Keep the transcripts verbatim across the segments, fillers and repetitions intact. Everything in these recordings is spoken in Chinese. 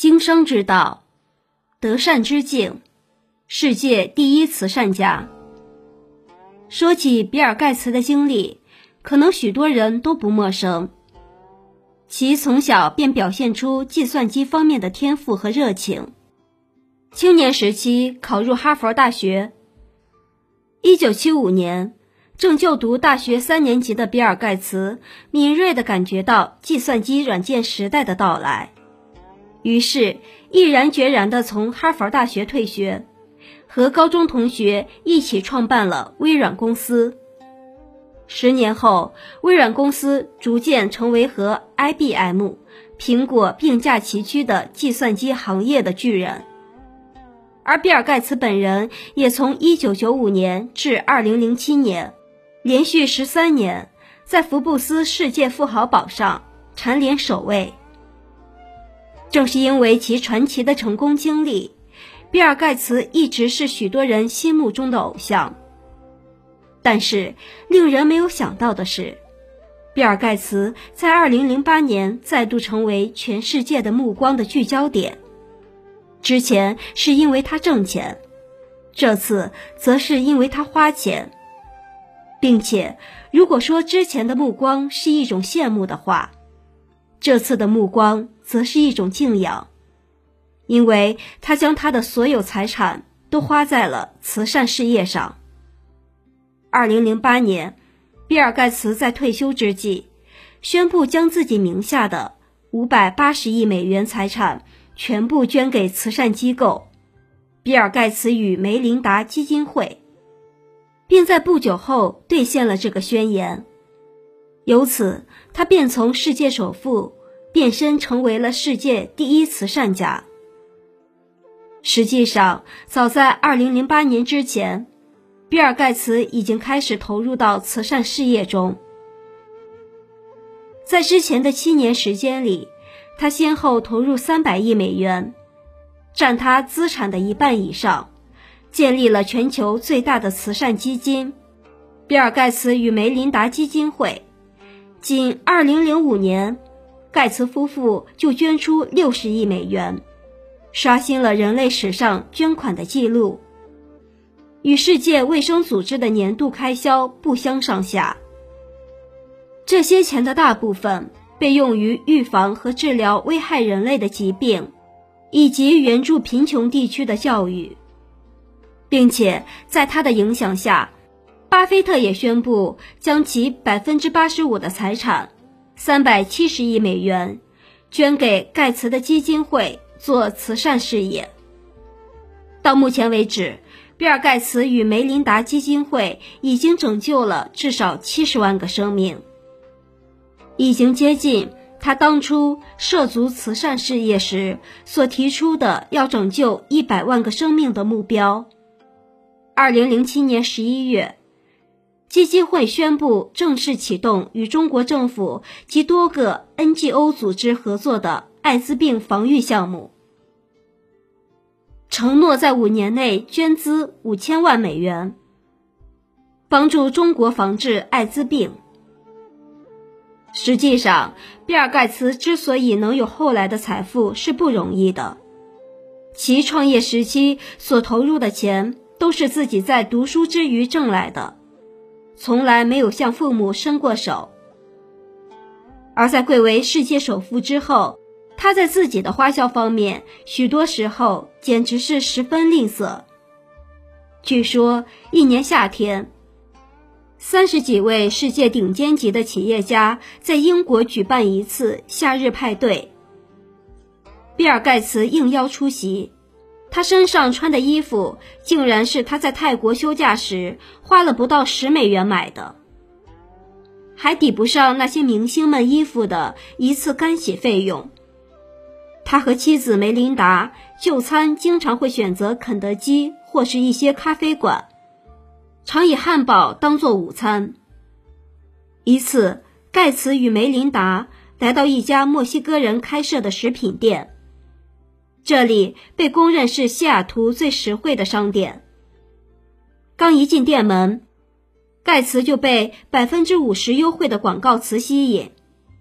经商之道，德善之境，世界第一慈善家。说起比尔盖茨的经历，可能许多人都不陌生。其从小便表现出计算机方面的天赋和热情，青年时期考入哈佛大学。一九七五年，正就读大学三年级的比尔盖茨敏锐地感觉到计算机软件时代的到来，于是毅然决然地从哈佛大学退学，和高中同学一起创办了微软公司。十年后，微软公司逐渐成为和 I B M、苹果并驾齐驱的计算机行业的巨人。而比尔盖茨本人也从一九九五年至二零零七年，连续十三年在福布斯世界富豪榜上蝉联首位。正是因为其传奇的成功经历，比尔盖茨一直是许多人心目中的偶像。但是令人没有想到的是，比尔盖茨在二零零八年再度成为全世界的目光的聚焦点。之前是因为他挣钱，这次则是因为他花钱。并且如果说之前的目光是一种羡慕的话，这次的目光则是一种敬仰，因为他将他的所有财产都花在了慈善事业上。二零零八年，比尔盖茨在退休之际，宣布将自己名下的五百八十亿美元财产全部捐给慈善机构比尔盖茨与梅琳达基金会，并在不久后兑现了这个宣言。由此，他便从世界首富变身成为了世界第一慈善家。实际上，早在二零零八年之前，比尔盖茨已经开始投入到慈善事业中。在之前的七年时间里，他先后投入三百亿美元，占他资产的一半以上，建立了全球最大的慈善基金比尔盖茨与梅琳达基金会。仅二零零五年，盖茨夫妇就捐出六十亿美元，刷新了人类史上捐款的记录，与世界卫生组织的年度开销不相上下。这些钱的大部分被用于预防和治疗危害人类的疾病，以及援助贫穷地区的教育。并且在他的影响下，巴菲特也宣布将其 百分之八十五 的财产三百七十亿美元捐给盖茨的基金会做慈善事业。到目前为止，比尔盖茨与梅琳达基金会已经拯救了至少七十万个生命，已经接近他当初涉足慈善事业时所提出的要拯救一百万个生命的目标。二零零七年十一月，基金会宣布正式启动与中国政府及多个 N G O 组织合作的艾滋病防御项目，承诺在五年内捐资五千万美元，帮助中国防治艾滋病。实际上，比尔盖茨之所以能有后来的财富是不容易的，其创业时期所投入的钱都是自己在读书之余挣来的，从来没有向父母伸过手。而在贵为世界首富之后，他在自己的花销方面许多时候简直是十分吝啬。据说一年夏天，三十几位世界顶尖级的企业家在英国举办一次夏日派对，比尔盖茨应邀出席，他身上穿的衣服竟然是他在泰国休假时花了不到十美元买的，还抵不上那些明星们衣服的一次干洗费用。他和妻子梅琳达就餐经常会选择肯德基或是一些咖啡馆，常以汉堡当作午餐。一次，盖茨与梅琳达来到一家墨西哥人开设的食品店，这里被公认是西雅图最实惠的商店。刚一进店门，盖茨就被 百分之五十 优惠的广告词吸引，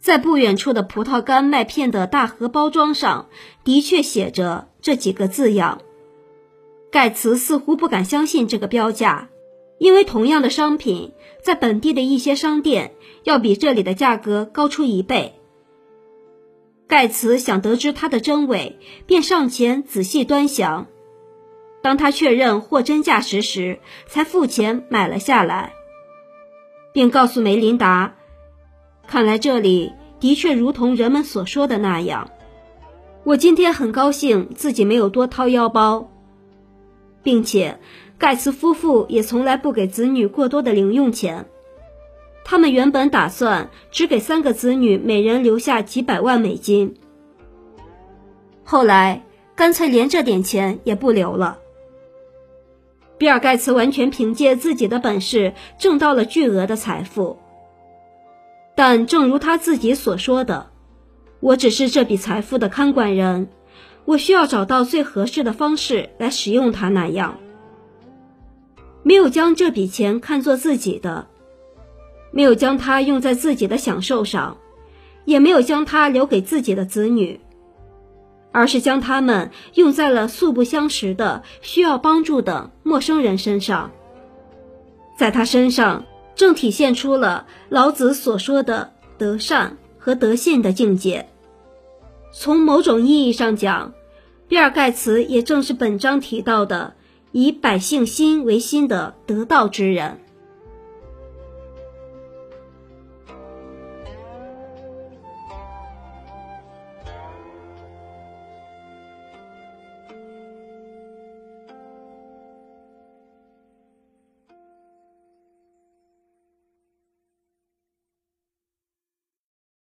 在不远处的葡萄干麦片的大盒包装上的确写着这几个字样。盖茨似乎不敢相信这个标价，因为同样的商品在本地的一些商店要比这里的价格高出一倍。盖茨想得知它的真伪，便上前仔细端详。当他确认货真价实时，才付钱买了下来，并告诉梅琳达，看来这里的确如同人们所说的那样。我今天很高兴自己没有多掏腰包，并且盖茨夫妇也从来不给子女过多的零用钱。他们原本打算只给三个子女每人留下几百万美金，后来干脆连这点钱也不留了。比尔盖茨完全凭借自己的本事挣到了巨额的财富，但正如他自己所说的，我只是这笔财富的看管人，我需要找到最合适的方式来使用它那样。没有将这笔钱看作自己的，没有将它用在自己的享受上，也没有将它留给自己的子女，而是将它们用在了素不相识的需要帮助的陌生人身上。在他身上正体现出了老子所说的德善和德信的境界。从某种意义上讲，比尔盖茨也正是本章提到的以百姓心为心的得道之人。